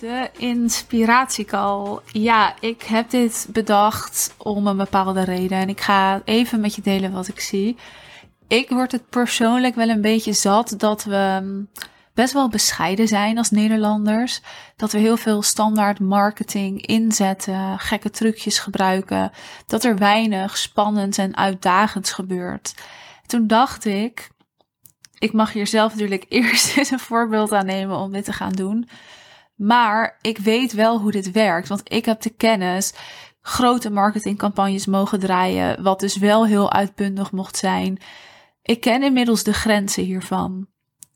De inspiratiecall. Ja, ik heb dit bedacht om een bepaalde reden. En ik ga even met je delen wat ik zie. Ik word het persoonlijk wel een beetje zat dat we best wel bescheiden zijn als Nederlanders. Dat we heel veel standaard marketing inzetten, gekke trucjes gebruiken. Dat er weinig spannends en uitdagends gebeurt. Toen dacht ik mag hier zelf natuurlijk eerst eens een voorbeeld aan nemen om dit te gaan doen. Maar ik weet wel hoe dit werkt, want ik heb de kennis grote marketingcampagnes mogen draaien, wat dus wel heel uitbundig mocht zijn. Ik ken inmiddels de grenzen hiervan.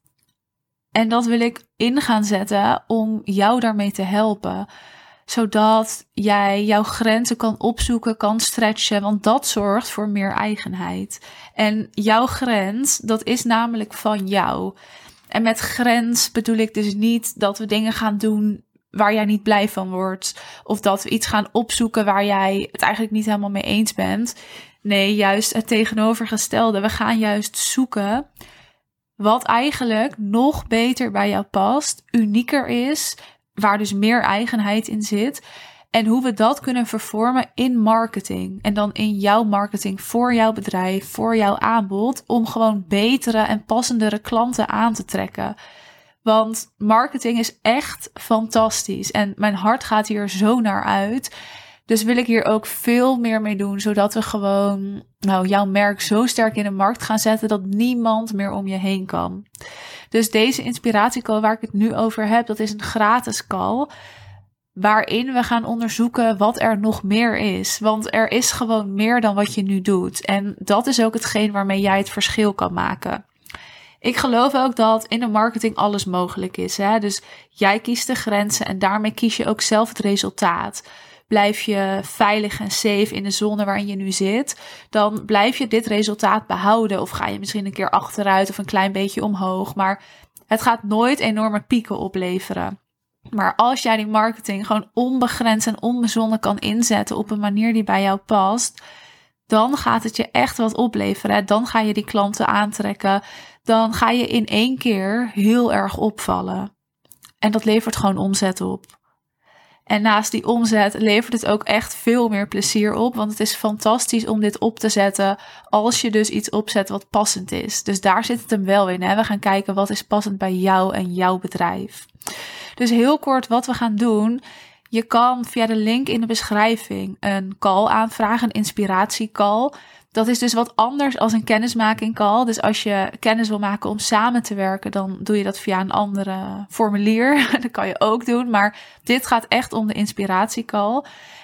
En dat wil ik in gaan zetten om jou daarmee te helpen. Zodat jij jouw grenzen kan opzoeken, kan stretchen, want dat zorgt voor meer eigenheid. En jouw grens, dat is namelijk van jou. En met grens bedoel ik dus niet dat we dingen gaan doen waar jij niet blij van wordt. Of dat we iets gaan opzoeken waar jij het eigenlijk niet helemaal mee eens bent. Nee, juist het tegenovergestelde. We gaan juist zoeken wat eigenlijk nog beter bij jou past, unieker is, waar dus meer eigenheid in zit. En hoe we dat kunnen vervormen in marketing. En dan in jouw marketing voor jouw bedrijf, voor jouw aanbod. Om gewoon betere en passendere klanten aan te trekken. Want marketing is echt fantastisch. En mijn hart gaat hier zo naar uit. Dus wil ik hier ook veel meer mee doen. Zodat we gewoon jouw merk zo sterk in de markt gaan zetten dat niemand meer om je heen kan. Dus deze inspiratiecall waar ik het nu over heb, dat is een gratis call. Waarin we gaan onderzoeken wat er nog meer is. Want er is gewoon meer dan wat je nu doet. En dat is ook hetgeen waarmee jij het verschil kan maken. Ik geloof ook dat in de marketing alles mogelijk is. Hè? Dus jij kiest de grenzen en daarmee kies je ook zelf het resultaat. Blijf je veilig en safe in de zone waarin je nu zit, dan blijf je dit resultaat behouden. Of ga je misschien een keer achteruit of een klein beetje omhoog. Maar het gaat nooit enorme pieken opleveren. Maar als jij die marketing gewoon onbegrensd en onbezonnen kan inzetten op een manier die bij jou past, dan gaat het je echt wat opleveren. Hè? Dan ga je die klanten aantrekken. Dan ga je in één keer heel erg opvallen. En dat levert gewoon omzet op. En naast die omzet levert het ook echt veel meer plezier op. Want het is fantastisch om dit op te zetten als je dus iets opzet wat passend is. Dus daar zit het hem wel in. Hè? We gaan kijken wat is passend bij jou en jouw bedrijf. Dus heel kort wat we gaan doen. Je kan via de link in de beschrijving een call aanvragen, een inspiratiecall. Dat is dus wat anders als een kennismaking call. Dus als je kennis wil maken om samen te werken, dan doe je dat via een andere formulier. Dat kan je ook doen, maar dit gaat echt om de inspiratiecall.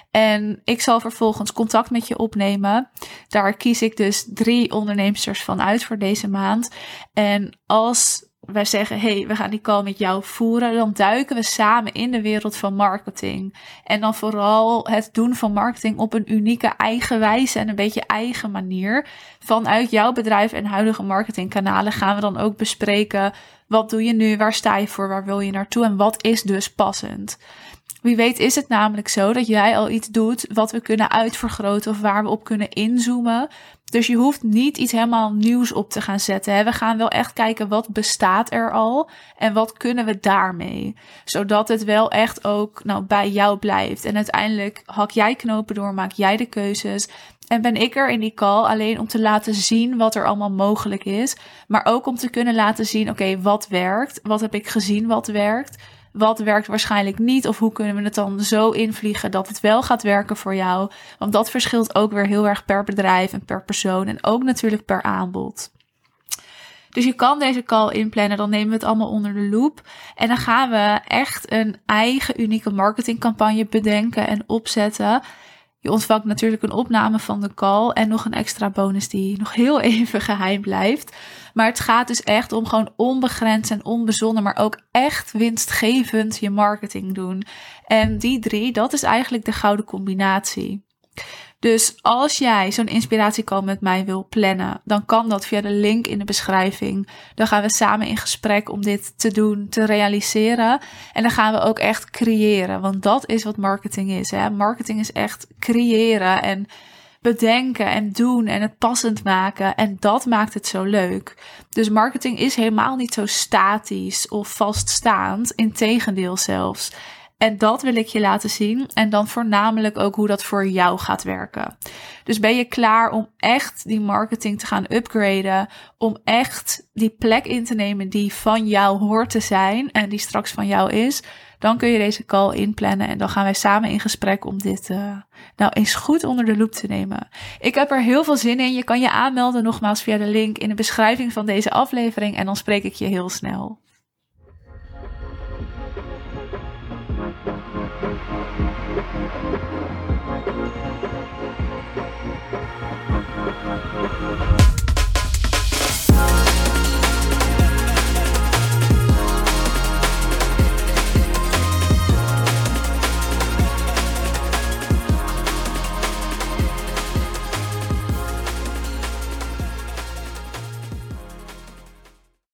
En ik zal vervolgens contact met je opnemen. Daar kies ik dus 3 onderneemsters van uit voor deze maand. En als wij zeggen, we gaan die call met jou voeren, dan duiken we samen in de wereld van marketing. En dan vooral het doen van marketing op een unieke eigen wijze en een beetje eigen manier. Vanuit jouw bedrijf en huidige marketingkanalen gaan we dan ook bespreken, wat doe je nu, waar sta je voor, waar wil je naartoe en wat is dus passend. Wie weet is het namelijk zo dat jij al iets doet wat we kunnen uitvergroten of waar we op kunnen inzoomen. Dus je hoeft niet iets helemaal nieuws op te gaan zetten. Hè? We gaan wel echt kijken wat bestaat er al en wat kunnen we daarmee. Zodat het wel echt ook bij jou blijft. En uiteindelijk hak jij knopen door, maak jij de keuzes. En ben ik er in die call alleen om te laten zien wat er allemaal mogelijk is. Maar ook om te kunnen laten zien, oké, wat werkt? Wat heb ik gezien wat werkt? Wat werkt waarschijnlijk niet? Of hoe kunnen we het dan zo invliegen dat het wel gaat werken voor jou? Want dat verschilt ook weer heel erg per bedrijf en per persoon. En ook natuurlijk per aanbod. Dus je kan deze call inplannen. Dan nemen we het allemaal onder de loep. En dan gaan we echt een eigen unieke marketingcampagne bedenken en opzetten. Je ontvangt natuurlijk een opname van de call en nog een extra bonus die nog heel even geheim blijft. Maar het gaat dus echt om gewoon onbegrensd en onbezonnen, maar ook echt winstgevend je marketing doen. En die 3, dat is eigenlijk de gouden combinatie. Dus als jij zo'n inspiratiecall met mij wil plannen, dan kan dat via de link in de beschrijving. Dan gaan we samen in gesprek om dit te doen, te realiseren. En dan gaan we ook echt creëren, want dat is wat marketing is. Hè? Marketing is echt creëren en bedenken en doen en het passend maken. En dat maakt het zo leuk. Dus marketing is helemaal niet zo statisch of vaststaand. Integendeel zelfs. En dat wil ik je laten zien. En dan voornamelijk ook hoe dat voor jou gaat werken. Dus ben je klaar om echt die marketing te gaan upgraden? Om echt die plek in te nemen die van jou hoort te zijn en die straks van jou is? Dan kun je deze call inplannen en dan gaan wij samen in gesprek om dit nou eens goed onder de loep te nemen. Ik heb er heel veel zin in. Je kan je aanmelden nogmaals via de link in de beschrijving van deze aflevering en dan spreek ik je heel snel.